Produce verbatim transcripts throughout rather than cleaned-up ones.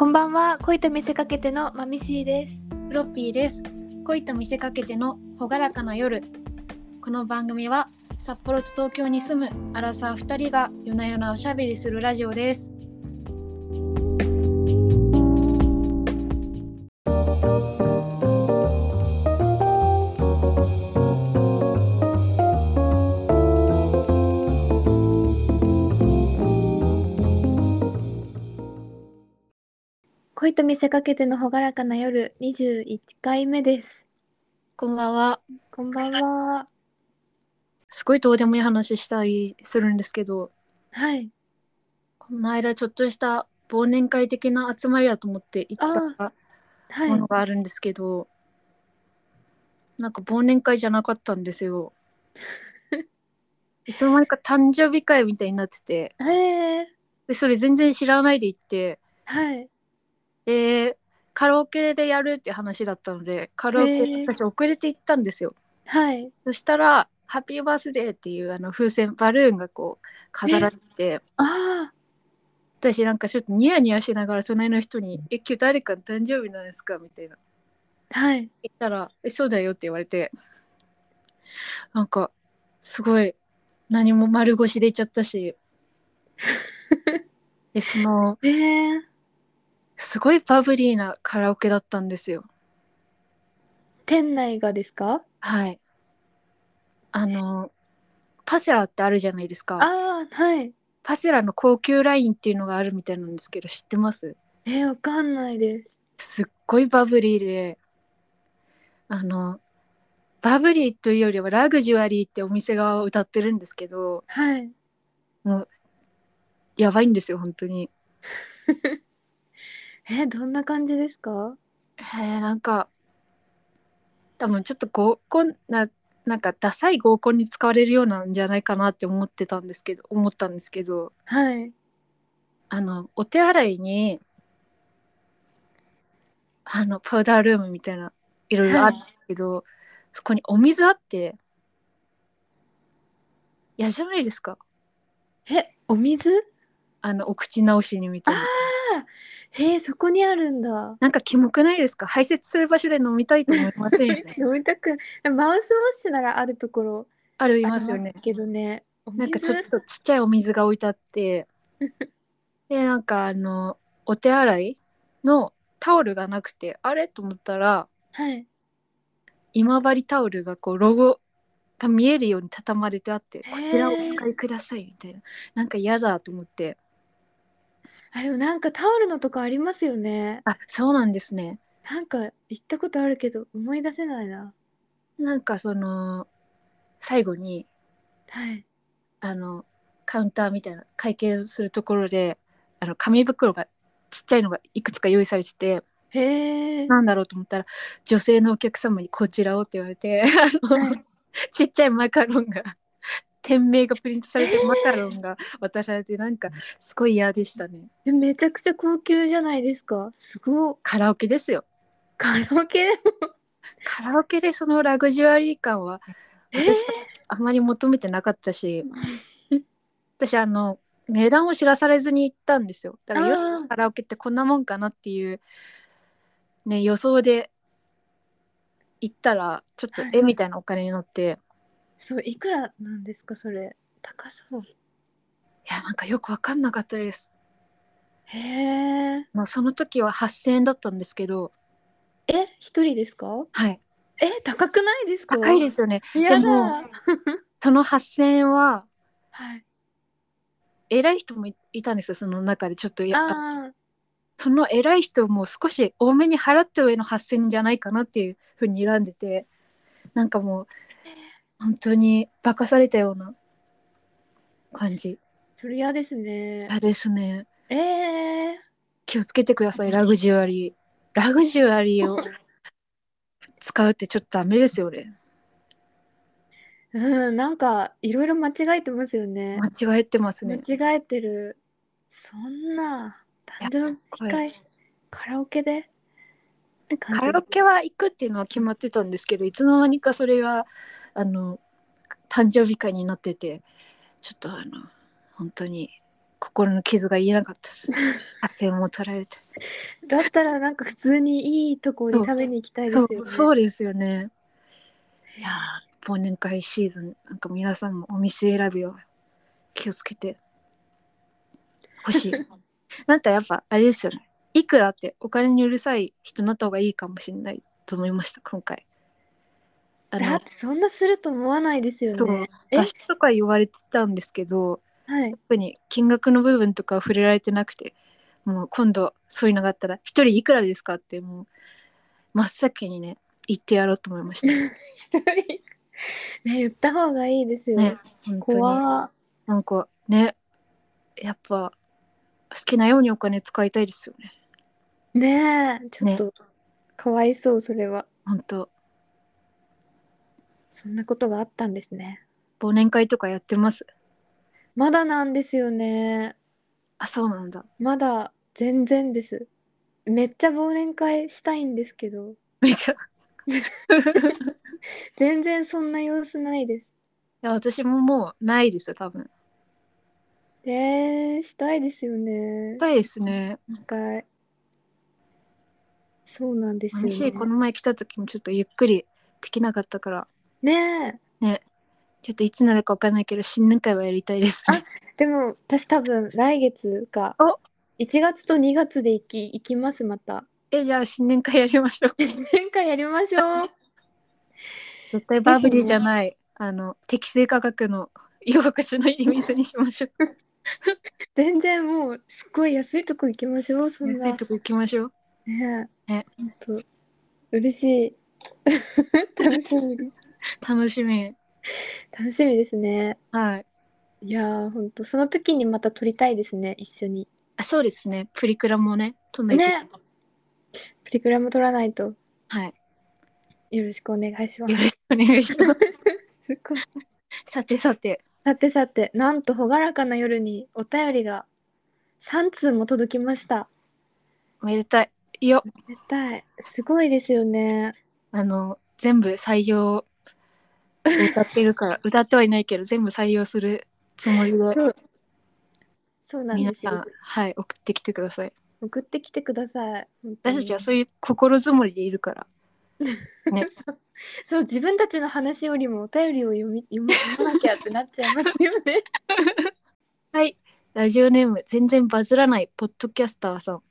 こんばんは。恋と見せかけてのまみしーです。 フロッピーです。恋と見せかけてのほがらかな夜。この番組は札幌と東京に住むアラサーふたりが夜な夜なおしゃべりするラジオです。 恋と見せかけてのほがらかな夜にじゅういっかいめです。 こんばんは。 こんばんは。 すごいどうでもいい話したりするんですけど、 はい。 この間ちょっとした忘年会的な集まりだと思って行っあたー、はものい。 があるんですけど、なんか忘年会じゃなかったんですよ。いつの間にか誕生日会みたいになってて、 へえ。 でそれ全然知らないで行って、 はい。 でカラオケでやるって話だったので、カラオケへえ。 私遅れて行ったんですよ。 はい。 そしたらハッピーバースデーっていうあの風船バルーンがこう飾らえ、 れて、 あ私なんかちょっとニヤニヤしながら隣の人に「え、今日誰かの誕生日なんですか?」みたいなー、はい。 言ったら「え、そうだよ」って言われて、なんかすごい何も丸腰で言っちゃったし、でそのえー、 すごいバブリーなカラオケだったんですよ。 店内がですか？ はい。あのパセラってあるじゃないですか。 あー、はい。 パセラの高級ラインっていうのがあるみたいなんですけど、知ってます？ えー、わかんないです。 すっごいバブリーで、あのバブリーというよりはラグジュアリーってお店側を歌ってるんですけど、 はい。 もうやばいんですよ本当に。 えー、どんな感じですか？ えー、なんか多分ちょっと合コンな、なんかダサい合コンに使われるようなんじゃないかなって思ってたんですけど思ったんですけど、 はい。 あのお手洗いにあのパウダールームみたいないろいろあるんではい。 すけど、そこにお水あって嫌じゃないですか。 え、お水？ あのお口直しにみあたいな。 あ、へえ、そこにあるんだ。 なんかキモくないですか？排泄する場所で飲みたいと思いませんよね。 飲みたくマウスウォッシュならあるところあるいありますよね。 ますけどね。おなんかちょっ水？ とちっちゃいお水が置いてあって、でなんかあのお手洗いのタオルがなくて、あれと思ったら、 はい。 今治タオルがこうロゴが見えるように畳まれてあって、 へこちらをお使え。 いくださいみたいな。なんか嫌だと思って。 あ、でもなんかタオルのとこありますよね。 あ、そうなんですね。 なんか行ったことあるけど思い出せないな。 なんかその最後にはい。 あのカウンターみたいな会計するところで、あの紙袋がちっちゃいのがいくつか用意されてて、 へえ。 なんだろうと思ったら、女性のお客様にこちらをって言われて、あのはい。 ちっちゃいマカロンが、店名がプリントさえれてるマカロえ。 ンが渡されて、なんかすごい嫌でしたね。 え、めちゃくちゃ高級じゃないですか。すごっ。 カラオケですよ。 カラオケでも。 カラオケでそのラグジュアリー感はえ私はあまり求めてなかったし、 え。 私あの値段を知らされずに行ったんですよ。だから夜のああ、 カラオケってこんなもんかなっていうね、予想で行ったらちょっとはい。 絵みたいなお金になって、 そう、いくらなんですか、それ。高そう。 いやなんかよくわかんなかったです。 へえ。 まあ、その時ははっせんえんだったんですけど、 え、一人ですか？ はい、 え、高くないですか？ 高いですよね。でやもだ。 そのはっせんえんははい。 偉い人もいいたんですよ、その中で。ちょっとやあああ、 その偉い人も少し多めに払った上のはっせんえんじゃないかなっていうふうに選んでて、なんかもう本当に化かされたような感じ。 それ嫌ですね。 嫌ですね。 ええ。 気をつけてください、ラグジュアリー。ラグジュアリーを使うってちょっとダメですよね。 うん、なんかいろいろ間違えてますよね。 間違えてます間ね。 違えてる。そんな、 いや、 誕生日これ会、カラオケでって感じで。 カラオケは行くっていうのは決まってたんですけど、いつの間にかそれがあの誕生日会になってて、ちょっとあの本当に心の傷が癒えなかったです。汗も取られて。 だったらなんか普通にいいところに食べに行きたいでそうすよね。 そうですよね。いやー、忘年会シーズン、なんか皆さんもお店選びを気をつけてほしい。なんかやっぱあれですよね。いくらってお金にうるさい人になった方がいいかもしれないと思いました、今回。あの、 だってそんなすると思わないですよそう、 ね。え、 場所とか言われてたんですけど、 はい。 特に金額の部分とかは触れられてなくて、もう今度そういうのがあったら、一人いくらですかってもう真っ先にね、言ってやろうと思いました。 一人ね、言った方がいいですね、 よ。 本当に。 怖なんかね、やっぱ好きなようにお金使いたいですよね。 ねえ、ちょっね、 とかわいそう、それは。 本当。 そんなことがあったんですね。 忘年会とかやってます？ まだなんですよね。 あ、そうなんだ。 まだ全然です。めっちゃ忘年会したいんですけど、 めっちゃ。い全然そんな様子ないです。 や、私ももうないですよ、多分。 えー、したいですよね。 たいですね。 一回。そうなんです寂しい、こよね。 の前来た時もちょっとゆっくりできなかったから、 ねえ。 ね、ちょっといつになるかわかんないけど、新年会はやりたいですあ、 ね。 でも私多分来月か、 お、 いちがつとにがつで行き行きます、また。 え、じゃあ新年会やりましょう。 前回やりましょう。 絶対バブリーじぜひね。 ゃない、あの、適正価格の居心地のいい店にしましょう。 全然もうすっごい安いとこ行きましょう、そんな。 安いとこ行きましょう。 ねえ、 ね、 ほんと嬉しい。楽しみです。 楽しみ。 楽しみですね。 はい。 いやー、ほんとその時にまた撮りたいですね、一緒に。 あ、そうですね。プリクラもね、撮んないと。 ね、プリクラも撮らないと。 はい。 よろしくお願いします。 よろしくお願いします。 すごい。 さてさて、 さてさて、なんと朗らかな夜にお便りがさん通も届きました。 おめでたい。よ。 絶対、すごいですよね。 あの、全部採用を歌ってるから、歌ってはいないけど、全部採用するつもりで、 そう、そうなんですよ。 皆さん、はい、送ってきてください。 送ってきてください。本当私たちはに。 そういう心づもりでいるから。ね。 そう、自分たちの話よりもお便りを読み読ま読まなきゃってなっちゃいますよね。 はい。ラジオネーム、全然バズらない、ポッドキャスターさん。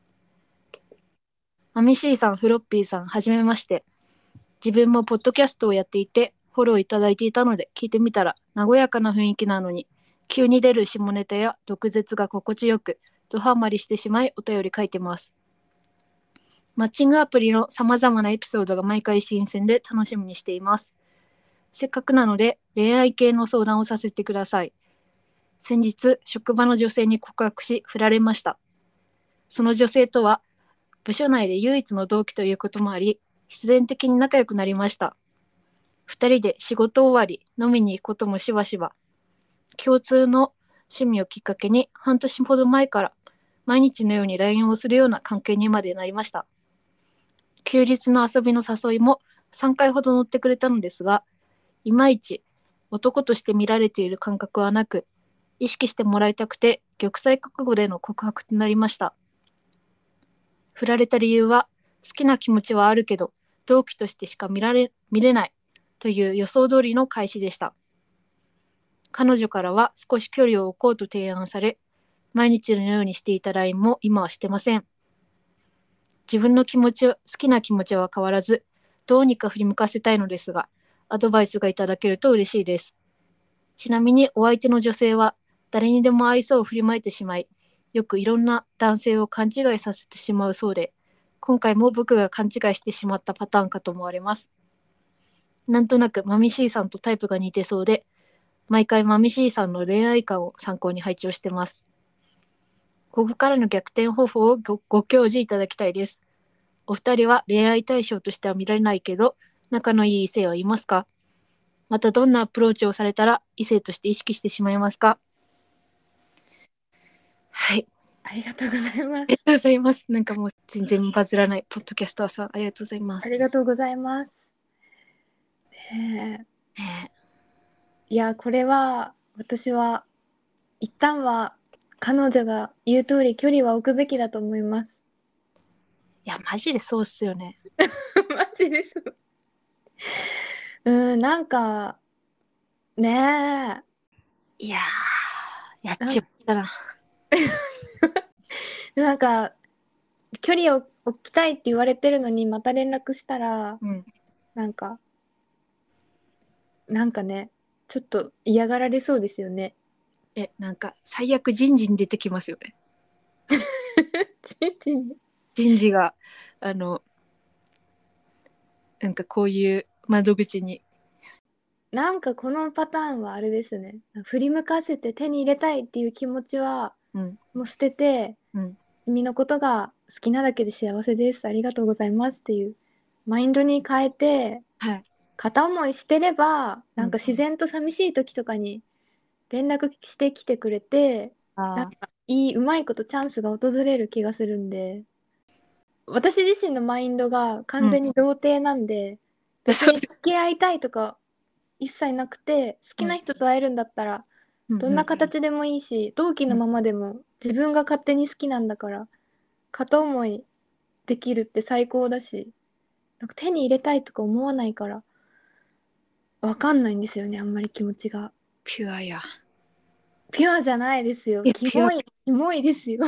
マミシーさん、フロッピーさん、はじめまして。自分もポッドキャストをやっていて、フォローいただいていたので、聞いてみたら、和やかな雰囲気なのに、急に出る下ネタや毒舌が心地よく、ドハマりしてしまい、お便り書いてます。マッチングアプリの様々なエピソードが毎回新鮮で楽しみにしています。せっかくなので、恋愛系の相談をさせてください。先日、職場の女性に告白し、振られました。その女性とは、部署内で唯一の同期ということもあり、必然的に仲良くなりました。二人で仕事終わり、飲みに行くこともしばしば。共通の趣味をきっかけに、半年ほど前から毎日のように ライン をするような関係にまでなりました。休日の遊びの誘いもさんかいほど乗ってくれたのですが、いまいち男として見られている感覚はなく、意識してもらいたくて、玉砕覚悟での告白となりました。振られた理由は、好きな気持ちはあるけど、同期としてしか見られ見れないという予想通りの開始でした。彼女からは少し距離を置こうと提案され、毎日のようにしていた ライン も今はしてません。自分の気持ち、好きな気持ちは変わらず、どうにか振り向かせたいのですが、アドバイスがいただけると嬉しいです。ちなみにお相手の女性は、誰にでも愛想を振りまいてしまい、よくいろんな男性を勘違いさせてしまうそうで、今回も僕が勘違いしてしまったパターンかと思われます。なんとなくマミシーさんとタイプが似てそうで、毎回マミシーさんの恋愛観を参考に配置をしてます。ここからの逆転方法を ご, ご教示いただきたいです。お二人は恋愛対象としては見られないけど、仲のいい異性はいますか？またどんなアプローチをされたら異性として意識してしまいますか？はい。 ありがとうございます。 ありがとうございます。なんかもう全然バズらないポッドキャスターさん、ありがとうございまありす。 がとうございます。ねねえ、いや、これは私は一旦は彼女が言う通り距離は置くべきだと思います。 いやマジでそうっすよね。 マジです。うん、なんかねいやーやっえ、なちまったな。 なんか距離を置きたいって言われてるのにまた連絡したら、 うん。 なんかなんかね、ちょっと嫌がられそうですよね。 えなんか最悪人事に出てきますよね。 ちちに人事があのなんかこういう窓口に。 なんかこのパターンはあれですね。振り向かせて手に入れたいっていう気持ちはうんもう捨てて、 うん君のことが好きなだけで幸せです。ありがとうございますっていうマインドに変えて、 はい。 片思いしてれば、なんうんか自然と寂しい時とかに連絡してきてくれて、なんあかいい、うまいことチャンスが訪れる気がするんで、私自身のマインドがーうん完全に童貞なんで、別そうです。 に付き合いたいとか一切なくて、好きなうん人と会えるんだったら、どんなうんうん形でもいいし、同期のうんままでも自分が勝手に好きなんだから、片思いできるって最高だし、なんか手に入れたいとか思わないから、わかんないんですよね、あんまり気持ちが。 ピュアや。 ピュアじゃないですよ。 いやピュア。 キモい、キモいですよ。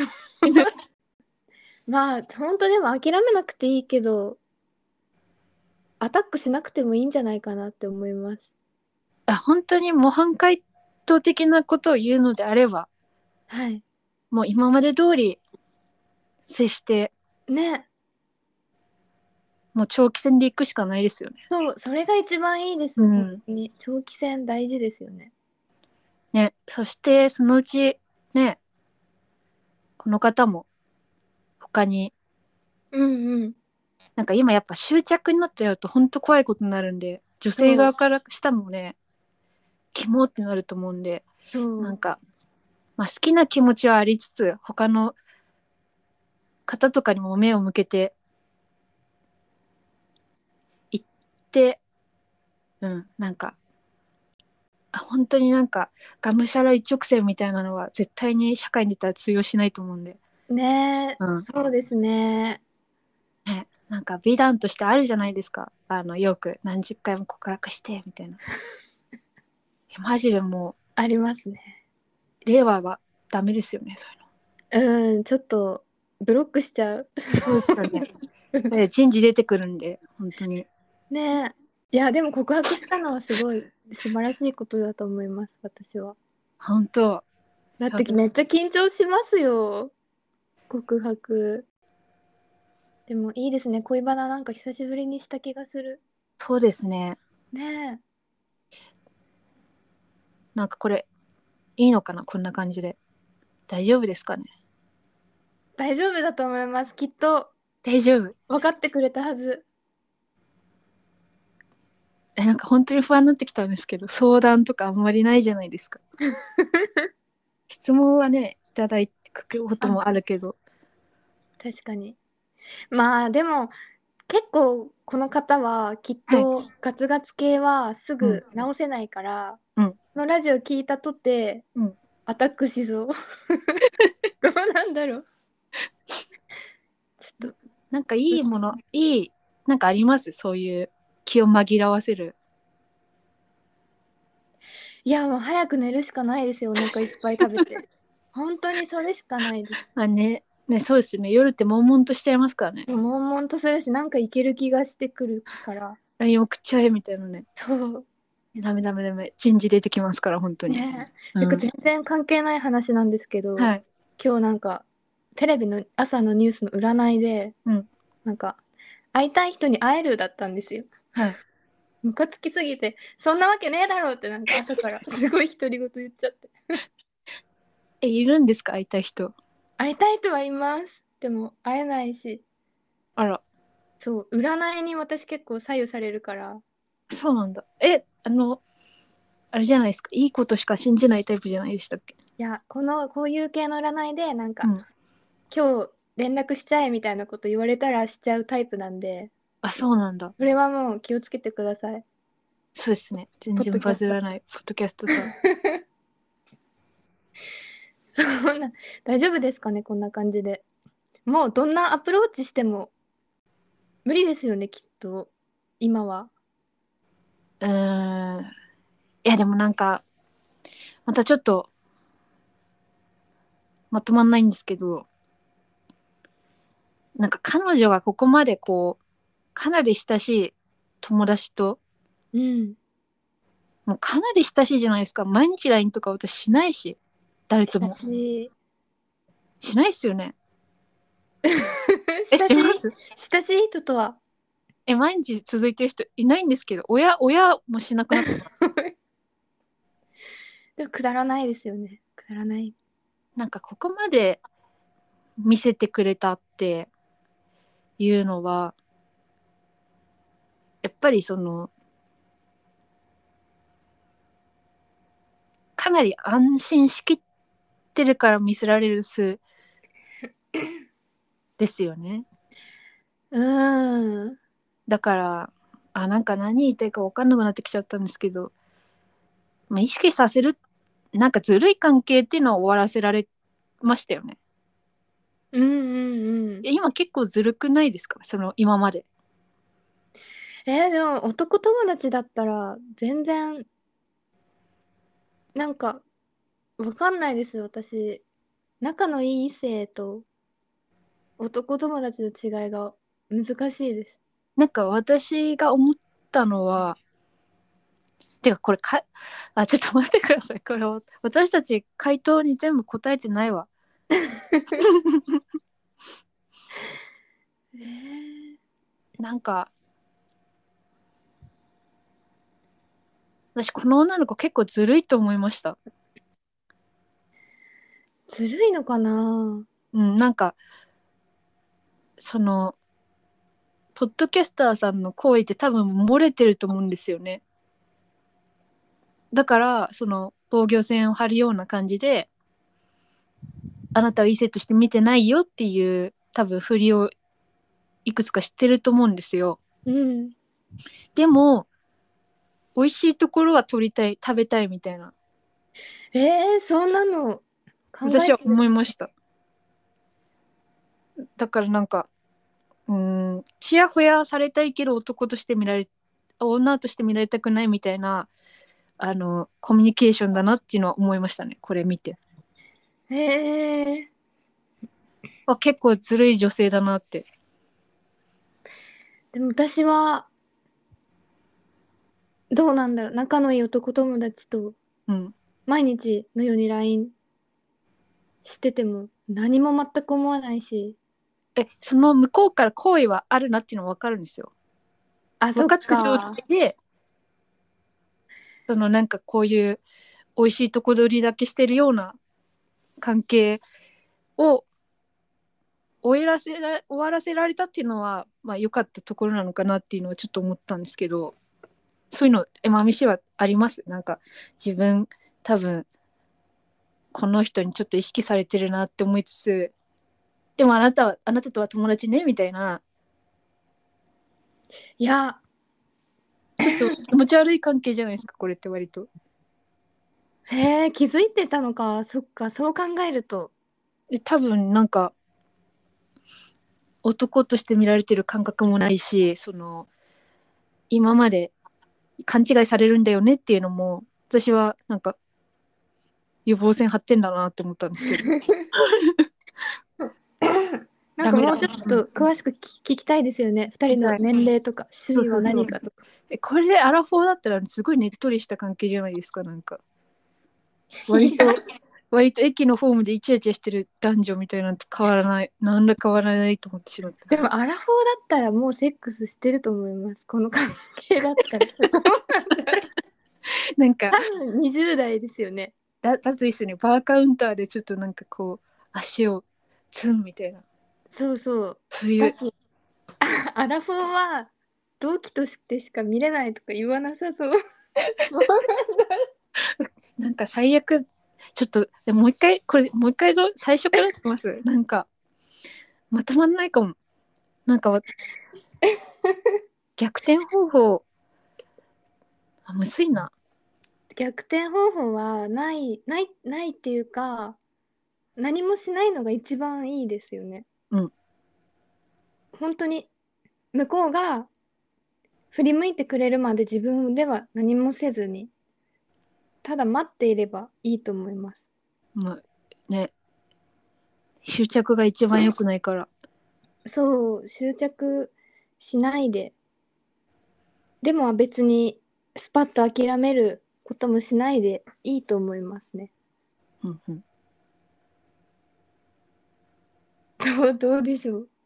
まあ、ほんとでも諦めなくていいけど、アタックしなくてもいいんじゃないかなって思います。 あ本当に模範解答的なことを言うのであれば、 はい。 もう今まで通り接して、 ね。 もう長期戦で行くしかないですよね。 そう、それが一番いいです、ほんうんとに。長期戦大事ですよね。 ね、そしてそのうちね、この方も他に、 うんうん。 なんか今やっぱ執着になっちゃうと本当怖いことになるんで、女性そう、 側からしたもね、キモってなると思うんで、 そう。 なんか、まあ、好きな気持ちはありつつ、他の方とかにも目を向けていって、うん、なんか、あ本当になんか、がむしゃら一直線みたいなのは絶対に社会に出たら通用しないと思うんで、 ね、 うん。 そうですね。 ね、なんか美談としてあるじゃないですか。あの、よく何十回も告白して、みたいな。マジでもありますね。 う、令和はダメですよね、そういうの。 うん、ちょっとブロックしちゃう。 そうですよね。で人事出てくるんで、本当に。 ね。いや、でも告白したのはすごい素晴らしいことだと思います、私は。 本当。 だってめっちゃ緊張しますよ、告白。でもいいですね、恋バナなんか久しぶりにした気がする。 そうですね。 ねえ。 なんかこれ、いいのかなこんな感じで。大丈夫ですかね。 大丈夫だと思います。きっと大丈夫。 分かってくれたはず。 え、なんか本当に不安になってきたんですけど、相談とかあんまりないじゃないですか。質問はね、いただくことあ、 もあるけど。 確かに。まあ、でも、結構この方はきっはい。 とガツガツ系はすうん。 ぐ直せないから、 うん。 このラジオ聞いたとてうん。 アタックしそう。どうなんだろう。ちょっと、 なんかいいもの、いい、なんかありますそういう気を紛らわせる。 いや、もう早く寝るしかないですよ、お腹いっぱい食べて。本当にそれしかないです。 あね、ね、そうですね。夜って悶々としちゃいますからね。 悶々とするし、なんかいける気がしてくるから。 ライン 送っちゃえみたいなね。 そう。 ダメダメダメ。人事出てきますから、本当に。 ねえ。てかうん。 全然関係ない話なんですけど、 はい。 今日なんかテレビの朝のニュースの占いで、 うん。 なんか会いたい人に会えるだったんですよ。 はい。 ムカつきすぎて、そんなわけねえだろってなんか朝からすごい独り言言っちゃって。 え、いるんですか会いたい人。 会いたい人はいます。でも会えないし、 あら、 そう、占いに私結構左右されるから、 そうなんだ。え、あの、あれじゃないですか。いいことしか信じないタイプじゃないでしたっけ。 いや、このこういう系の占いでなんか、 うん。 今日連絡しちゃえみたいなこと言われたらしちゃうタイプなんで、 あ、そうなんだ。 それはもう気をつけてください。 そうですね。全ポッ然バドキャスト。 ズらない。ポッドキャストさん。 そんな大丈夫ですかね、こんな感じで。もうどんなアプローチしても無理ですよね、きっと。今は。 うーん。いやでもなんかまたちょっとまとまんないんですけど、なんか彼女がここまでこうかなり親しい友達と、 うん。 もうかなり親しいじゃないですか。毎日 ライン とか私しないし、誰とも私、 しないっすよね。え、 親しい、 してます？ 親しい人とは。 え、毎日続いてる人いないんですけど、親、親もしなくなったな。 でもくだらないですよね。くだらない。 なんかここまで見せてくれたっていうのは、やっぱりその、かなり安心しきってるから見せられる数ですよね。 うーん。 だから、あ、なんか何言いたいか分かんなくなってきちゃったんですけど、まあ、意識させる、なんかずるい関係っていうのは終わらせられましたよね。 うんうんうん。 今結構ずるくないですか、その今まで。 えー、でも男友達だったら全然なんかわかんないですよ、私。仲のいい異性と男友達の違いが難しいです。 なんか私が思ったのは、てかこれか、あ、ちょっと待ってください。これ私たち回答に全部答えてないわ。 えー、 なんか、私この女の子結構ずるいと思いました。 ずるいのかな。 うん、なんか、その、ポッドキャスターさんの行為って多分漏れてると思うんですよね。だから、その、防御線を張るような感じで、あなたを異性として見てないよっていう多分振りをいくつか知ってると思うんですよ。 うん。 でも、美味しいところは取りたい、食べたいみたいな。 えー、そんなの考私はえてる。 思いました。だからなんか、うーん、ちやほやされたいけど男として見られ、女として見られたくないみたいな、あの、コミュニケーションだなっていうのは思いましたね。これ見て。 へえ。 あ、結構ずるい女性だなって。 でも私はどうなんだろう、仲のいい男友達とうん。 毎日のように ライン してても何も全く思わないし。 え、その向こうから好意はあるなっていうのは分かるんですよ。 あ、そっ分かった状か。 態で、そのなんかこういう美味しいとこ取りだけしてるような関係を終えらせら終わらせられたっていうのは、まあ良かったところなのかなっていうのはちょっと思ったんですけど、そういうの、え、まみしはあります？なんか自分多分この人にちょっと意識されてるなって思いつつ、でもあなたは、あなたとは友達ねみたいな、 いや、 ちょっと気持ち悪い関係じゃないですか、これって割と。 へえ、気づいてたのか。そっか、そう考えると。 で多分なんか男として見られてる感覚もないし、その今まで勘違いされるんだよねっていうのも、私はなんか予防線張ってんだなって思ったんですけど。 なんダメだ。 かもうちょっと詳しく聞き聞きたいですよね。二人のみたい。 年齢とか趣味はそうそうそう。 何かとか。 え、これでアラフォーだったらすごいねっとりした関係じゃないですか、なんか。割いや、 と、割と駅のホームでイチャイチャしてる男女みたいなんて変わらない、なんら変わらないと思ってしまった。 でもアラフォーだったらもうセックスしてると思います。この関係だったら。どうなんだろう。 なんか、 多分にじゅう代ですよね。 だ、だといいっすね。バーカウンターでちょっとなんかこう、足をツンみたいな。 そうそう。 そういう、 だし、アラフォーは同期としてしか見れないとか言わなさそう。 なんか最悪、ちょっと、でももう一回、これ、もう一回ど、最初からやってます。なんか、まとまんないかも。なんか、逆転方法、あ、むずいな。 逆転方法はない、ない、ないっていうか、 何もしないのが一番いいですよね。 うん。 本当に向こうが振り向いてくれるまで自分では何もせずに、ただ待っていればいいと思います。 まあね、執着が一番良くないから。 そう、執着しないで。でも別にスパッと諦めることもしないでいいと思いますね。 うんうん。 どう、どうでしょう。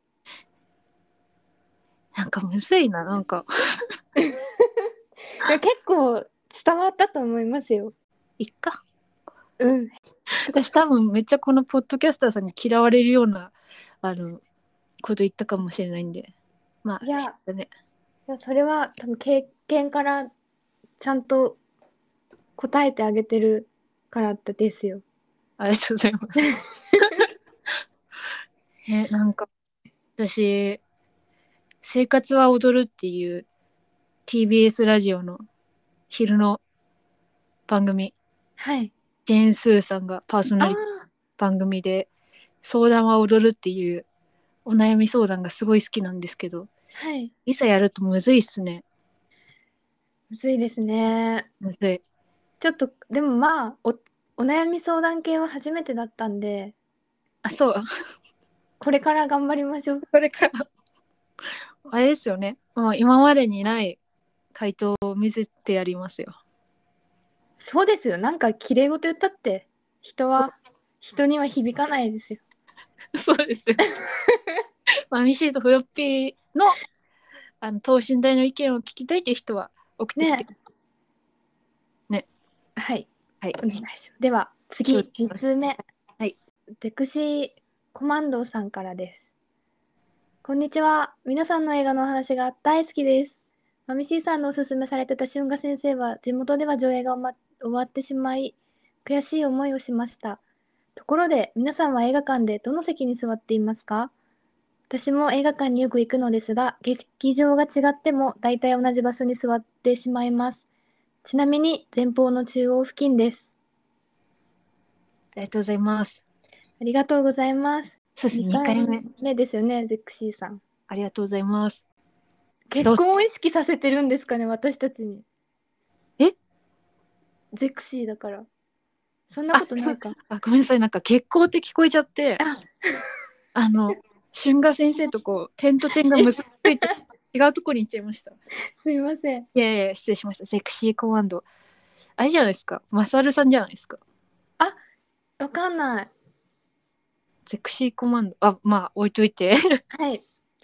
なんかむずいな、なんか。 いや結構伝わったと思いますよ。 いっか。 うん。 私多分めっちゃこのポッドキャスターさんに嫌われるような、あの、こと言ったかもしれないんで。まあ、 いや、 だね。 いやそれは多分経験からちゃんと答えてあげてるからですよ。 ありがとうございます。え、なんか、私、生活は踊るっていう ティービーエス ラジオの昼の番組、 はい。 ジェーン・スーさんがパーソナリティあ番組で、相談は踊るっていうお悩み相談がすごい好きなんですけど、 あ、はい。 いざやるとむずいっすね。 むずいですね。 むずい。 ちょっと、でもまあ、お、お悩み相談系は初めてだったんで、 あ、そう。 これから頑張りましょう。 これから、あれですよね。もう今までにない回答を見せてやりますよ。 そうですよ。なんか綺麗事言ったって、人は、人には響かないですよ。 そうですよ。まあ、ミシーとフロッピーの、あの等身大の意見を聞きたいという人は送ってきて。 ね。 ね。 はい。 はい。 お願いします。では、次、みっつめ。 はい。 ゼクシーコマンドさんからです。こんにちは。皆さんの映画のお話が大好きです。マミシーさんのおすすめされてた春画先生は、地元では上映が終わってしまい、悔しい思いをしました。ところで、皆さんは映画館でどの席に座っていますか？私も映画館によく行くのですが、劇場が違っても大体同じ場所に座ってしまいます。ちなみに前方の中央付近です。 ありがとうございます。 ありがとうございます。 そうです。2 にかい回目。 めですよね、ゼクシーさん。 ありがとうございます。どう結婚を意識させてるんですかね、私たちに。 えゼクシーだから。そんなあ、そことないか。 あ、ごめんなさい。なんか結構って聞こえちゃって、 あ、 あの、春画先生とこう、点と点が結びついて違うところに行っちゃいました。 すいません。 いやいや、失礼しました。セクシーコマンド。あれじゃないですか。マサルさんじゃないですか。 あ、わかんない。 セクシーコマンド。あ、まあ、置いといて。 はい。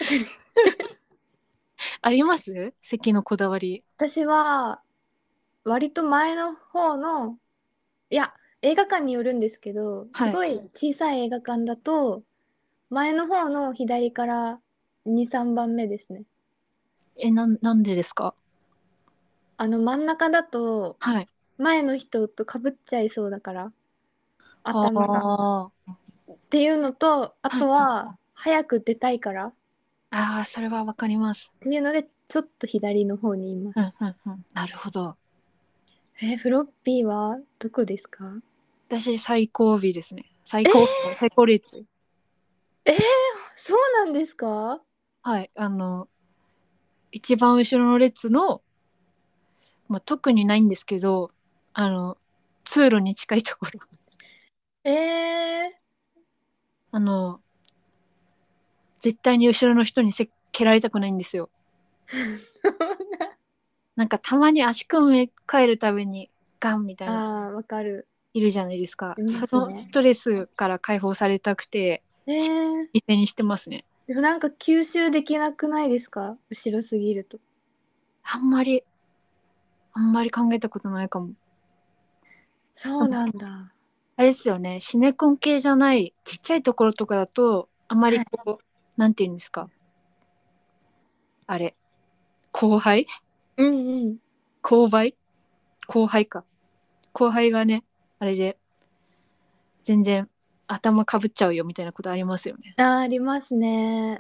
あります席のこだわり。 私は、割と前の方の、いや、映画館によるんですけど、すはい。 ごい小さい映画館だと、前の方の左からに、さんばんめですね。 え、なん、なんでですか？ あの真ん中だと、 はい。 前の人とかぶっちゃいそうだから、 あ頭が。 あ。 っていうのと、あはい。 とは、早く出たいからっああ、それはわかります。 ていうので、ちょっと左の方にいます。 うんうんうん。なるほど。 え、フロッピーはどこですか？ 私、最後尾ですね。最えー、 高、最高列。 えー、そうなんですか？ はい。あの、一番後ろの列の、まあ、特にないんですけど、あの、通路に近いところ。 えあの、絶対に後ろの人にせ蹴られたくないんですよ。 ー、 なんかたまに足組み帰るたびにガンみたいな、 あー、わかる。 いるじゃないですか。 いまそすね。 のストレスから解放されたくて、 えー、 犠牲にしてますね。 でもなんか吸収できなくないですか？後ろすぎると。 あんまり、あんまり考えたことないかも。 そうなんだ。 あれですよね、シネコン系じゃないちっちゃいところとかだと、あんまりはい。 こう、なんて言うんですか、あれ、後輩うんうん。 購買後輩か。後輩がね、あれで、全然頭かぶっちゃうよみたいなことありますよね。 あー、ありますね。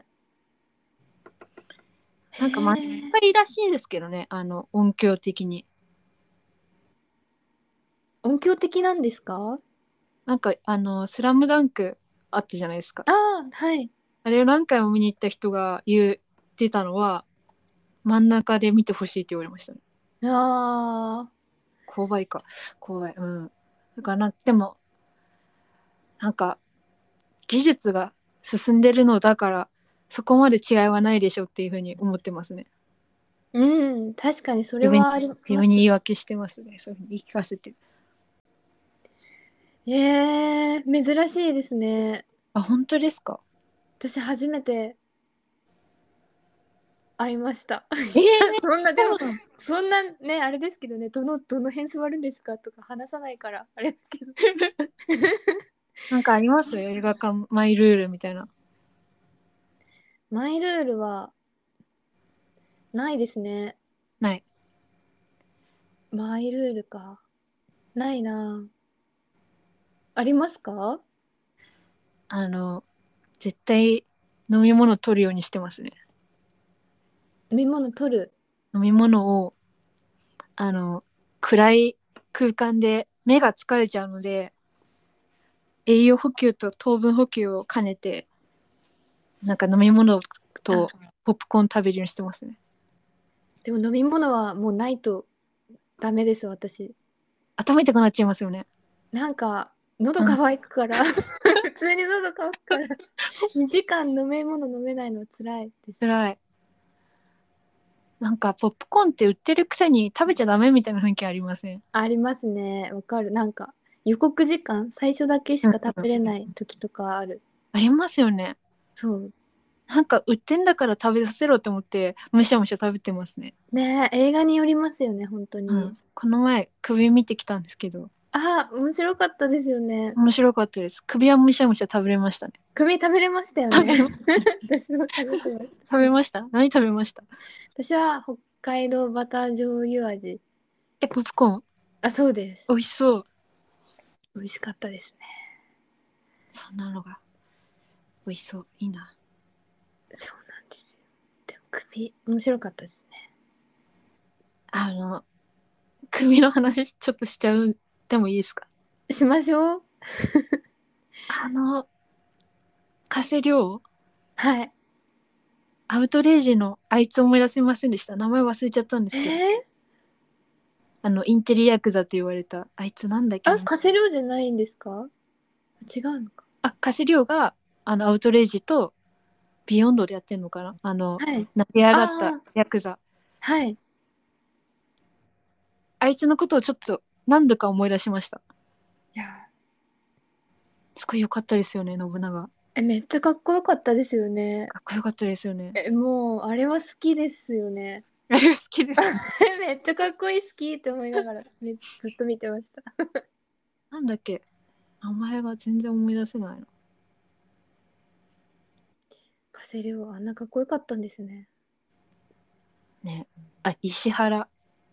へなんかまあ、 え。 いいらしいですけどね、あの、音響的に。 音響的なんですか？ なんかあのスラムダンクあったじゃないですか。 ああ、はい。 あれを何回も見に行った人が言ってたのは、真ん中で見てほしいって言われましたね。 ああ、 購買か。購買。うん。だからな、でも、なんか、技術が進んでるのだから、そこまで違いはないでしょっていうふうに思ってますね。 うん、確かにそれ自分に、 はあり自分にます。 言い訳してますね。そういうふうに言い聞かせて。 ええ、珍しいですね。 あ、本当ですか？ 私初めて会いました。 ええー、 そんな、でも、 そうなの？ そんなね、あれですけどね、どの、どの辺座るんですかとか話さないから、あれだけど。 なんかあります映画館マイルールみたいな。 マイルールはないですね。 ない。 マイルールか。ないな。ありますか？ あの、絶対飲み物取るようにしてますね。 飲み物取る。 飲み物を、あの、暗い空間で目が疲れちゃうので、栄養補給と糖分補給を兼ねて、なんか飲み物あ、 とポップコーン食べるようにしてますね。 でも飲み物はもうないとダメです、私。 頭痛くなっちゃいますよね。 なんか、喉うん。 乾くから普通に喉乾くからにじかん飲み物飲めないのは辛いです。 辛い。なんかポップコーンって売ってるくせに食べちゃダメみたいな雰囲気ありません？ ありますね。わかる。なんか、予告時間、最初だけしうんか食うん。 べれない時とかある。 ありますよね。 そう。 なんか売ってんだから食べさせろって思ってむしゃむしゃ食べてますね。 ねえ、映画によりますよね、本当に。 うん。この前首見てきたんですけど、 ああ、面白かったですよね。 面白かったです。首はむしゃむしゃ食べれましたね。 首食べれましたよね。 食べま、 私も食べてました。 食べました。何食べました？ 私は北海道バター醤油味。 え、ポップコーン。 あ、そうです。 美味しそう。 美味しかったですね。 そんなのが美味しそう。いいな。 そうなんですよ。でも首、面白かったですね。 あの、首の話ちょっとしちゃう、でもいいですか？ しましょう。 あの、加瀬亮、 はい。 アウトレイジのあいつ思い出せませんでした。名前忘れちゃったんでえすけど。 ー、 あの、インテリヤクザと言われた、あいつなんだっけあ、 な。 カセロウじゃないんですか？違うのか。 あ、加瀬亮が、あの、アウトレイジとビヨンドでやってんのかな、あの、 はい。 投げ上がったああ、 ヤクザ。 はい。 あいつのことをちょっと何度か思い出しました。 いや、 すごい良かったですよね、信長。 え、めっちゃかっこよかったですよね。 かっこよかったですよね。 え、もう、あれは好きですよね。 あれ好きですね。 めっちゃかっこいい、好きって思いながら、めずっと見てました。 なんだっけ、名前が全然思い出せないな。 加瀬亮、あんなかっこよかったんですね。 ね。あ、石原。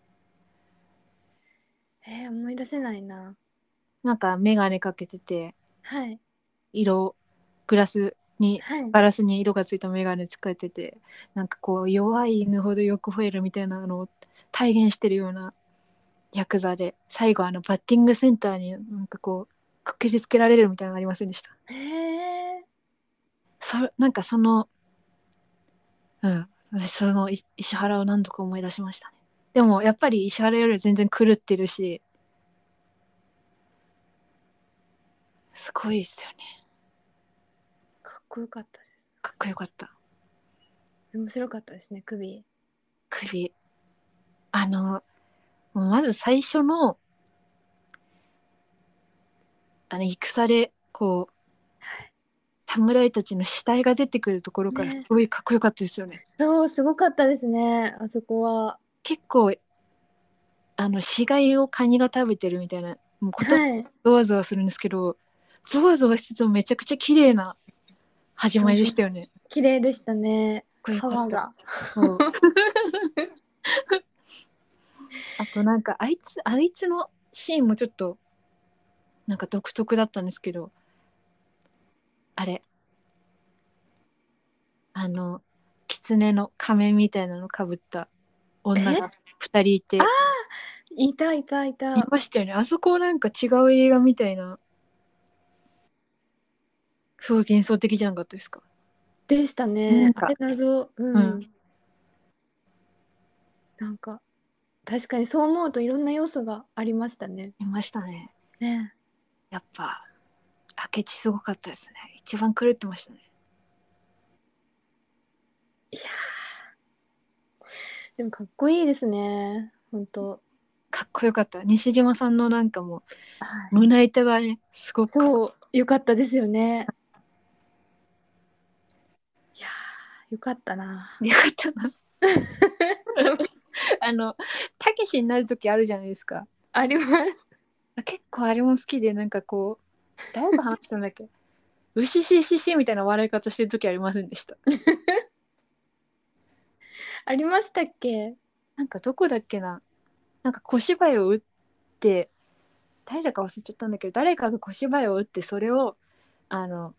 えー、思い出せないな。 なんか眼鏡かけてて、 はい。 色、グラスに、 はい。 ガラスに色がついた眼鏡使ってて、なんかこう、弱い犬ほどよく吠えるみたいなのを体現してるようなヤクザで、最後あのバッティングセンターになんかこう、くくりつけられるみたいなのありませんでした？ へえ。 そ、なんかその、うん、私そのい石原を何度か思い出しましたね。でもやっぱり石原より全然狂ってるし、すごいですよね。 かっこよかったです。 かっこよかった。 面白かったですね、首。 首。あの、まず最初の、あの、戦で、こう、侍たちの死体が出てくるところからすね。 ごいかっこよかったですよね。 そう、すごかったですね、あそこは。 結構、あの、死骸をカニが食べてるみたいな、もうことはい。 ゾワゾワするんですけど、ゾワゾワしつつもめちゃくちゃ綺麗な始まりでそう。 したよね。 綺麗でしたね。 かっこよかった。 川が。 そう。あとなんか、あいつ、あいつのシーンもちょっと、なんか独特だったんですけど、あれ、あの、狐の仮面みたいなのかぶった女え、 が二人いあて、 ー、いたいたいいた。 ましたよね。あそこなんか違う映画みたいな。 すごい幻想的じゃなかったですか？ でしたね。あれなんか、 謎。ううん、 ん。なんか、確かにそう思うといろんな要素がありましたね。 いましたね。 ね。 やっぱ、明智すごかったですね。一番狂ってましたね。 いやでもかっこいいですね。本当。 かっこよかった。西島さんのなんかもはい。 う、胸板がね、すごくかっこそう、よかったですよね。いやー、よかったな。 よかったな。あの、たけしになるときあるじゃないですか。 あります。 結構あれも好きで、なんかこう、誰と話したんだっけ、うししししみたいな笑い方してるときありませんでした？ ありましたっけ？ なんかどこだっけな、なんか小芝居を打って、誰だか忘れちゃったんだけど、誰かが小芝居を打って、それを、あの、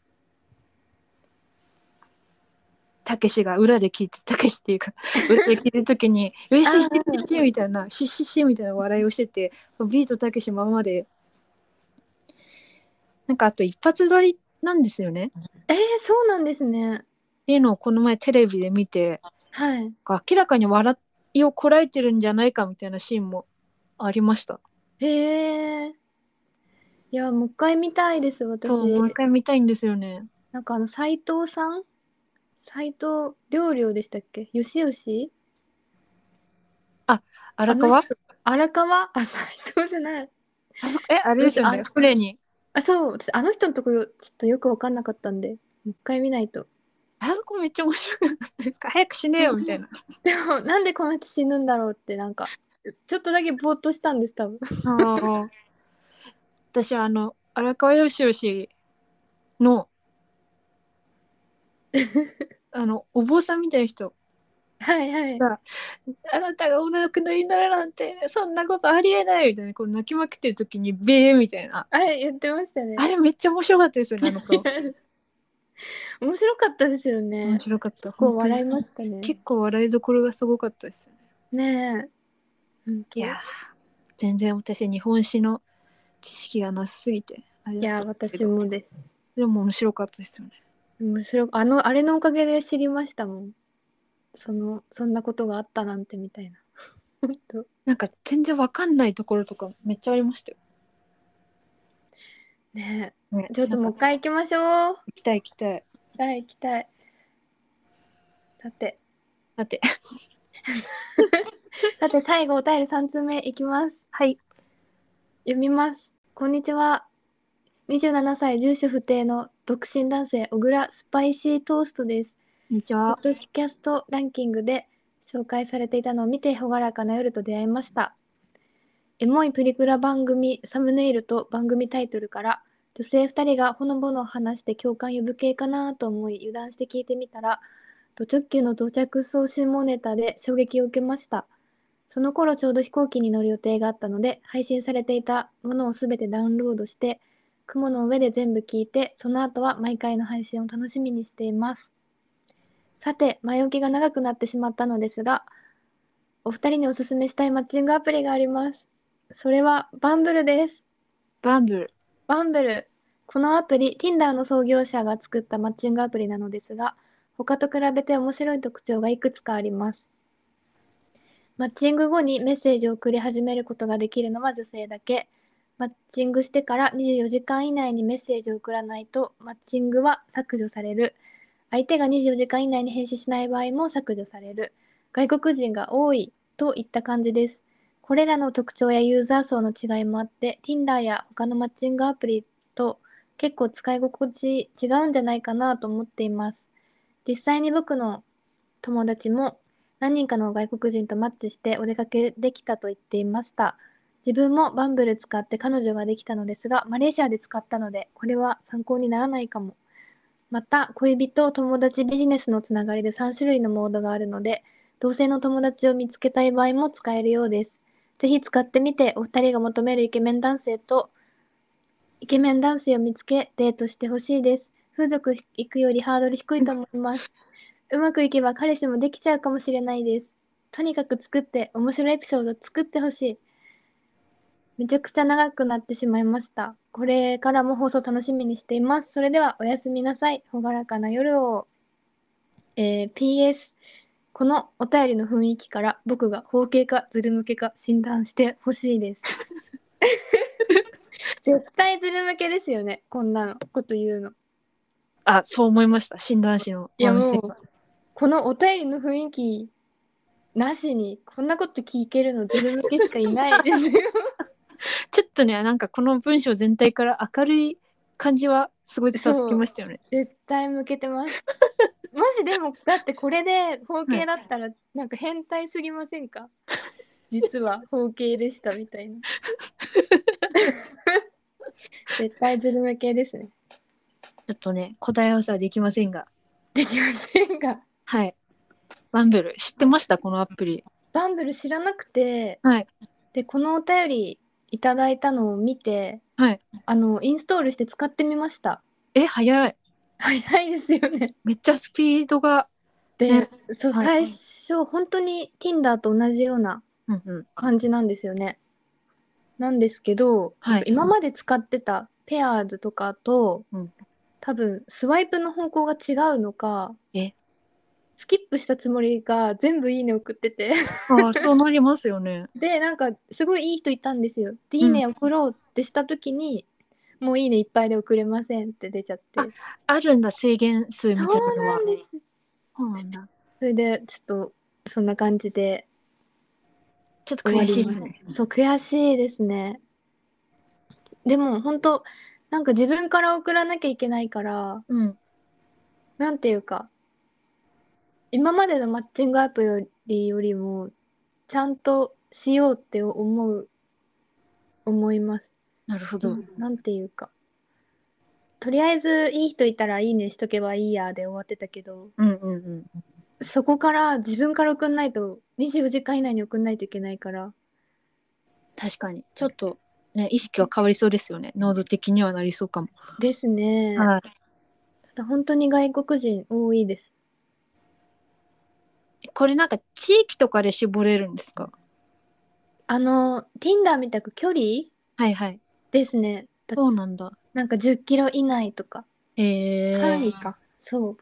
たけしが裏で聞いて、たけしっていうか、裏で聞いてるときに、うしししあー、 しみたいな、しししみたいな笑いをしてて、ビートたけしままで、なんかあと一発撮りなんですよね。 えー、そうなんですね。 っていうのをこの前テレビで見て、 はい。 明らかに笑いをこらえてるんじゃないかみたいなシーンもありました。 へえ。いや、もう一回見たいです、 そう、もう一私。 回見たいんですよね。 なんかあの、斎藤さん斎藤亮亮でしたっけ？よしよしあ、荒川、 あの人、荒川あ、斎藤じゃない。 あそこ、え、あれです私、あ、 よね。船に。 あ、そう、私、あの人のとこよ、ちょっとよくわかんなかったんで、もう一回見ないと。 あそこめっちゃ面白くなかったですか？早く死ねね、 よみたいな。 でも、なんでこの人死ぬんだろうって、なんか、ちょっとだけぼーっとしたんです、多分。 ああ、私はあの、荒川よしよしの、あの、お坊さんみたいな人はいはい。 が、あなたがお亡くなりになるなんて、そんなことありえないみたいな、こう泣きまくってる時に、ベーみたいな。 あれ、言ってましたね。 あれめっちゃ面白かったですよね、あの顔。 面白かったですよ面ね。 白かった。 結本当に。 構笑いましたね。 結構笑いどころがすごかったですよね。 ねえ、ほんと。 いやー、全然私、日本史の知識がなさすぎて、あれだったいや、 んですけ私ど、 もです。 でも面白かったですよね。 面白い。あの、あれのおかげで知りましたもん。その、そんなことがあったなんてみたいな。ほんと。 なんか全然わかんないところとかめっちゃありましたよ。 ねね、 え。ちょっなんかともう一回行きましょう。 行きたい行きたい。 はい、行きたい。さて。 だって、 さて、最後、お便りさん通目いきます。 はい、 読みます。こんにちは。にじゅうななさい、住所不定の独身男性、小倉スパイシートーストです。 こんにちは。 ポッドキャストランキングで紹介されていたのを見て、朗らかな夜と出会いました。エモいプリクラ番組サムネイルと番組タイトルから女性ふたりがほのぼの話して共感呼ぶ系かなと思い油断して聞いてみたら、ド直球の到着送信モネタで衝撃を受けました。その頃ちょうど飛行機に乗る予定があったので、配信されていたものをすべてダウンロードして、雲の上で全部聞いて、その後は毎回の配信を楽しみにしています。さて、前置きが長くなってしまったのですが、お二人におすすめしたいマッチングアプリがあります。それはバンブルです。 バンブル。 バンブル。このアプリ、Tinder の創業者が作ったマッチングアプリなのですが、他と比べて面白い特徴がいくつかあります。マッチング後にメッセージを送り始めることができるのは女性だけ。マッチングしてからにじゅうよじかん以内にメッセージを送らないと、マッチングは削除される。相手がにじゅうよじかん以内に返信しない場合も削除される。外国人が多いといった感じです。これらの特徴やユーザー層の違いもあって、Tinder や他のマッチングアプリと結構使い心地違うんじゃないかなと思っています。実際に僕の友達も何人かの外国人とマッチしてお出かけできたと言っていました。自分もバンブル使って彼女ができたのですが、マレーシアで使ったので、これは参考にならないかも。また、恋人、友達、ビジネスのつながりでさん種類のモードがあるので、同性の友達を見つけたい場合も使えるようです。ぜひ使ってみて、お二人が求めるイケメン男性とイケメン男性を見つけデートしてほしいです。風俗行くよりハードル低いと思います。うまくいけば彼氏もできちゃうかもしれないです。とにかく作って面白いエピソード作ってほしい。 めちゃくちゃ長くなってしまいました。これからも放送楽しみにしています。それではおやすみなさい。ほがらかな夜を。えー、ピーエス このお便りの雰囲気から僕が包茎かズル向けか診断してほしいです。絶対ズル向けですよね、こんなのこと言うの。 あ、そう思いました。診断士のいやマムシェもうこのお便りの雰囲気なしにこんなこと聞けるのズル向けしかいないですよ。 ちょっとね、なんかこの文章全体から明るい感じはすごい伝わってきそうましたよね。 絶対向けてます。もしでもだってこれで包茎だったらなんか変態すぎませんか？実は包茎でしたみたいな。絶対ズル向けですね。 ちょっとね、答え合わせはできませんが。 できませんが。 はい。バンブル、知ってましたこのアプリ。 バンブル知らなくて、 はい。 でこのお便りいただいたのを見て、 はい。 あのインストールして使ってみました。 え、早い。 早いですよね。 めっちゃスピードが、ね。 で、そう、 はい。 最初本当に Tinder と同じようなうんうん。 感じなんですよね。なんですけど、なんかはい。 今まで使ってたペアーズとかと、 うん。 多分スワイプの方向が違うのか、 え、 スキップしたつもりが全部いいね送っててああ、そうなりますよね。 で、なんかすごいいい人いたんですよ。で、いうん。 いね送ろうってした時に、もういいねいっぱいで送れませんって出ちゃっあ、 て。 あるんだ、制限数みそうたいなのは。 なんです。 そうなんだ。 それでちょっとそんな感じでちょっと悔終わります。 しいですね。 そう、悔しいですね。でも本当なんか自分から送らなきゃいけないから、 うん。 なんていうか、今までのマッチングアプリよりもちゃんとしようって思う思います。 なるほど。 うんなんていうか、とりあえずいい人いたらいいねしとけばいいやで終わってたけど、 うんうんうん。 そこから自分から送んないとにじゅうよじかん以内に送んないといけないから。 確かに。ちょっと、ね、意識は変わりそうですよね。濃度的にはなりそうかも。 ですね。 はい。 ただ本当に外国人多いです。 これなんか地域とかで絞れるんですか？ あの Tinder みたく距離はいはい。 ですね。だそうなんだ。 なんかじゅっキロ以内とかへえ。 範囲か。そう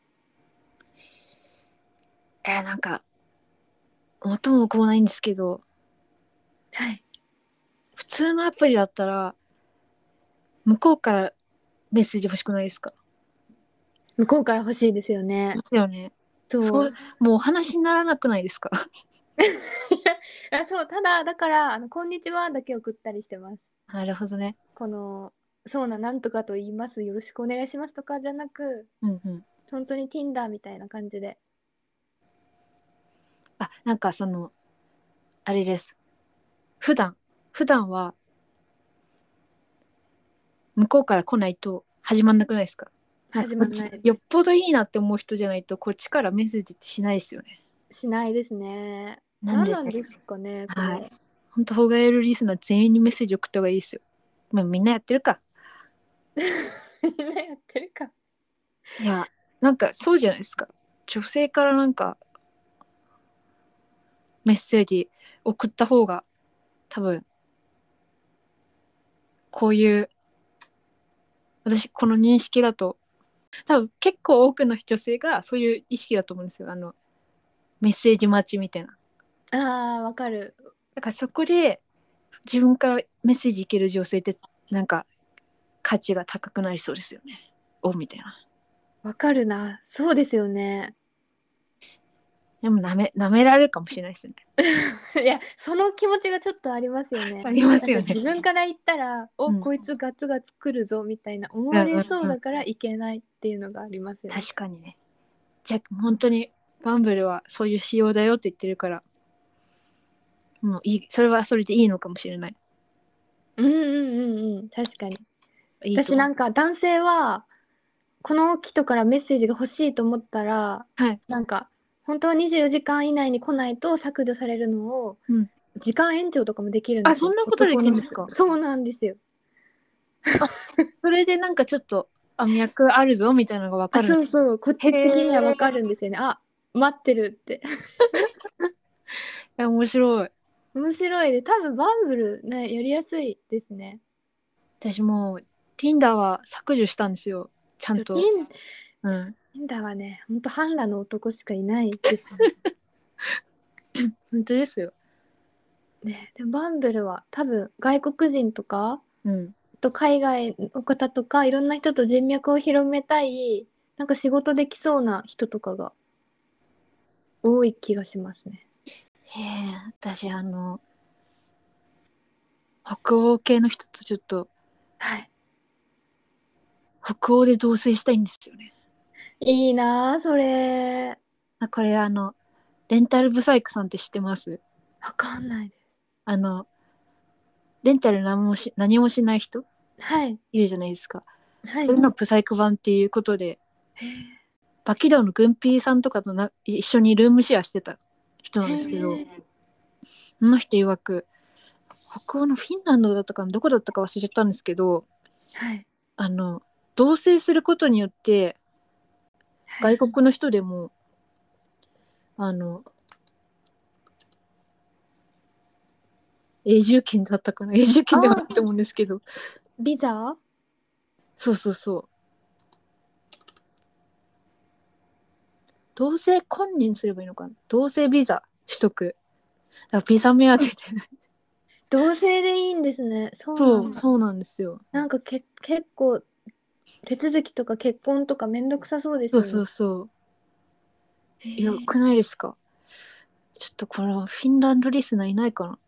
えー、なんか、元も子もないんですけど、 はい。 普通のアプリだったら、向こうからメッセージ欲しくないですか？ 向こうから欲しいですよでね。 すよね。 そう。 そう、もうお話にならなくないですか？ あ、そう、ただ、だから、あの、こんにちはだけ送ったりしてます。 なるほどね。 この、そうな、なんとかと言います、よろしくお願いしますとかじゃなく、 うんうん。 本当に Tinder みたいな感じで。 あ、なんかその、あれです。普段、普段は向こうから来ないと始まんなくないですか？なんか始まんこっち、 ないです。 よっぽどいいなって思う人じゃないと、こっちからメッセージってしないですよね。 しないですね。 なんで、 何なんですかね、こはい。 れ。 ほんと、ホガエルリスナー全員にメッセージ送った方がいいですよ。まあ、みんなやってるか。 みんなやってるか。 いや、なんかそうじゃないですか。女性からなんかメッセージ送った方が多分、こういう、私この認識だと、多分結構多くの女性がそういう意識だと思うんですよ。あの、メッセージ待ちみたいな。 あー、わかる。 だからそこで自分からメッセージいける女性ってなんか価値が高くなりそうですよね。おみたいな。 わかるな。そうですよね。 でもなめ、舐められるかもしれないですね。 いや、その気持ちがちょっとありますよね。 ありますよね。 なんか自分から言ったら、お、 うん。 こいつガツガツ来るぞみたいな思うんうわれんうん。 そうだからいけないっていうのがありますよね。 確かにね。じゃあ本当にバンブルはそういう仕様だよって言ってるから、もういい、それはそれでいいのかもしれない。 うんうんうんうん、確かに。 いいと思う。 私なんか男性は、この人からメッセージが欲しいと思ったら、 はい。 なんか、本当はにじゅうよじかん以内に来ないと削除されるのを、 うん。 時間延長とかもできるんであ、 すよ。 そんなことで男の人。 きるんですか？ そうなんですよ。 あ、それでなんかちょっと、あ、脈あるぞみたいなのがわかあ、 るの。 そうそう、こっへち的にはわかえ。 るんですよね。あ、待ってるって。 面白い。 面白いで、多分バンブルね、やりやすいですね。 私もう Tinder は削除したんですよ。ちゃんと。 ティン、 うん。 ティンダーはね、ほんと半裸の男しかいないですね。 本当ですよ。 ね、でもバンブルは多分外国人とか、 うん。 と海外の方とかいろんな人と人脈を広めたい、なんか仕事できそうな人とかが多い気がしますね。 へえ、私あの、北欧系の人とちょっと、 はい。 北欧で同棲したいんですよね。 いいなあ、それ。 あ、これあの、レンタルブサイクさんって知ってます？ わかんないです。 あの、レンタル何もし、何もしない人はい。 いるじゃないですか。 はい。 それのブサイク版っていうことで、 へバキドウのグンピーさんとかとな一緒にルームシェアしてた人なんえ。 ですけど、 へえ。 その人曰く、北欧のフィンランドだったかな、どこだったか忘れちゃったんですけど、 はい。 あの、同棲することによって、 はい。 外国の人でも、あの、永住権だったかな、永住権ではなあ、 いと思うんですけど、 ビザ。 そうそうそう。同性婚認すればいいのかな、同性ビザ取得。だからビザ目当てで。 同性でいいんですね。そうなそう、 んだ。 そうなんですよ。 なんかけ、結構手続きとか結婚とかめんどくさそうですそうそよね。 うそう。 へえ。 よくないですか？ちょっとこれはフィンランドリスナーいないかな？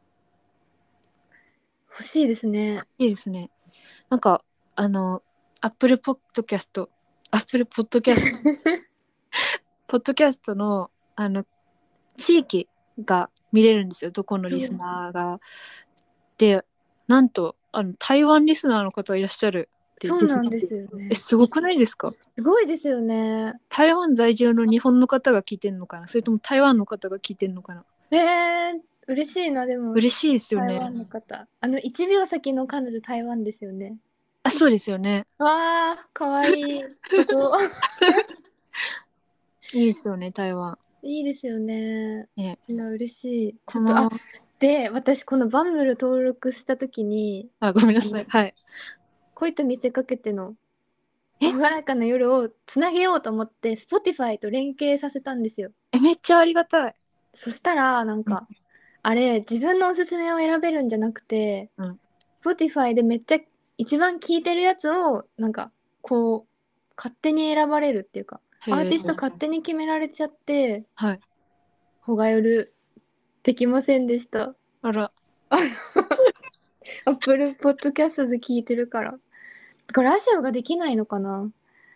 欲しいですね。 いいですね。なんか、あの、アップルポッドキャスト、アップルポッドキャスト、ポッドキャストの、あの、地域が見れるんですよ。どこのリスそう。 ナーが。で、なんと、あの、台湾リスナーの方いらっしゃるってそう出てきて、 なんですよえ、 ね。い、 すごくないですか？ すごいですよね。 台湾在住の日本の方が聞いてんのかな、それとも台湾の方が聞いてんのかな？ えー、嬉しいな、でも、 嬉しいですよね。 台湾の方。あの、いちびょう先の彼女台湾ですよね。 あ、そうですよね。 わあ、かわいい。ここ。 いいですよね、台湾。 いいですよね。 ね、 いや、嬉しい。ちょっと、あ、 この、 で、私、このバンブル登録したときに、 あ、ごめんなあの、 さい。はい。 恋と見せかけてのえ、 朗らかな夜をつなげようと思って、Spotify と連携させたんですよ。 え、めっちゃありがたい。 そしたら、なんうん、 か、あれ、自分のおすすめを選べるんじゃなくて、 うん。 Spotify でめっちゃ一番聴いてるやつを、なんか、こう、勝手に選ばれるっていうか、アーへえ、 ティスト勝手に決められちゃって、 はい。 ほが夜できませんでした。 あら、 Apple Podcast で聞いてるから。だからラジオができないのかな。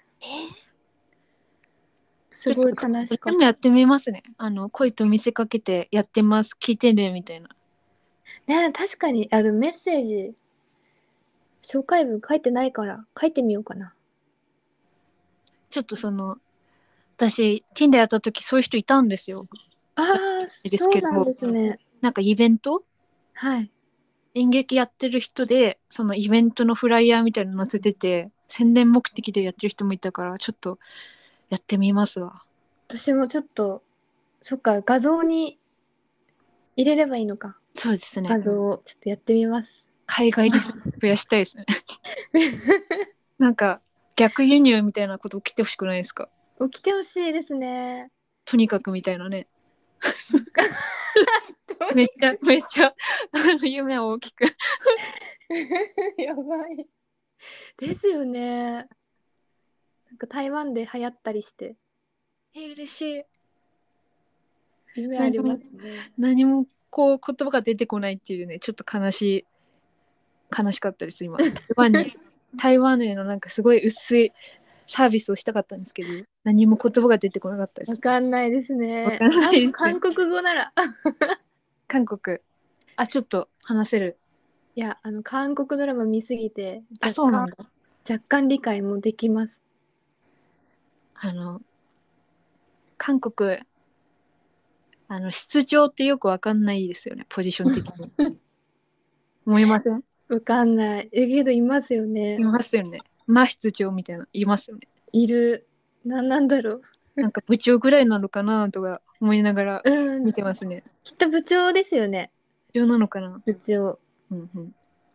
すごいちょっと、うち悲しかった。 もやってみますね。あの、恋と見せかけてやってます。聞いてね、みたいな。 ねえ、確かに、あ、でもメッセージ、紹介文書いてないから書いてみようかな。 ちょっとその、私、Tinder やった時そういう人いたんですよ。 ああ、 ですそうなんけど、 ですね。 なんかイベントはい。 演劇やってる人で、そのイベントのフライヤーみたいなの載せてて、宣伝目的でやってる人もいたから、ちょっとやってみますわ。 私もちょっと、そっか、画像に入れればいいのか。 そうですね。 画像をちょっとやってみます。 海外リスナー増やしたいですね。なんか、逆輸入みたいなこと起きてほしくないですか？ 起きてほしいですね。 とにかくみたいなね。 なんかめっちゃ、めっちゃ、夢を大きく。 やばい。ですよね。なんか台湾で流行ったりして、 え、嬉しい。 夢ありま何も、 すね。 何もこう言葉が出てこないっていうね、ちょっと悲しい、悲しかったです、今。台湾に、台湾へのなんかすごい薄いサービスをしたかったんですけど、何も言葉が出てこなかったです。 わかんないですね。 わかんないですね。 韓韓国語なら。 韓国。あ、ちょっと話せる。 いや、あの、韓国ドラマ見すぎて、 あ、 若干、 そうなんだ。 若干理解もできます。 あの、韓国、あの、室長ってよくわかんないですよね、ポジション的に。思いません？ わかんない。え、けどいますよいね。 ますよね。まあ室長みたいな、いますよね。 いる。なんなんだろう。 なんか部長ぐらいなのかなとか思いながらうん。 見てますね。 きっと部長ですよね。 必要なのかな。 必要。 うんうん。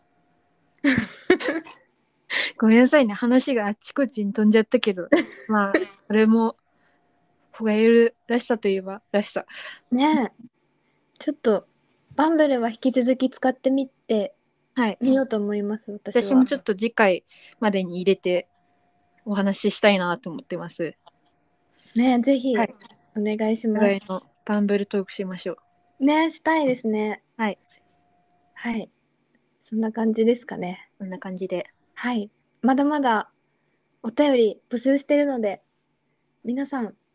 ごめんなさいね、話があっちこっちに飛んじゃったけど、まあ、これも、ほがゆるらしさといえばらしさ。 ねえ。ちょっと、バンブルは引き続き使ってみてはい。 みようと思います、私は。 私もちょっと次回までに入れてお話ししたいなと思ってます。 ねえ、ぜひ、 はい。 お願いします。 お互いのバンブルトークしましょう。 ねえ、したいですね。 はい。 はい。そんな感じですかね。 こんな感じで。 はい。まだまだお便り募集してるので、皆さん、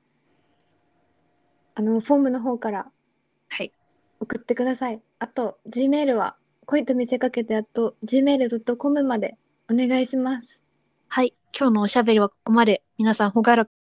あの、フォームの方からはい。 送ってください。あと、Gmail は、恋と見せかけてあと、ジーメールドットコム までお願いします。 はい。今日のおしゃべりはここまで。皆さん、ほがら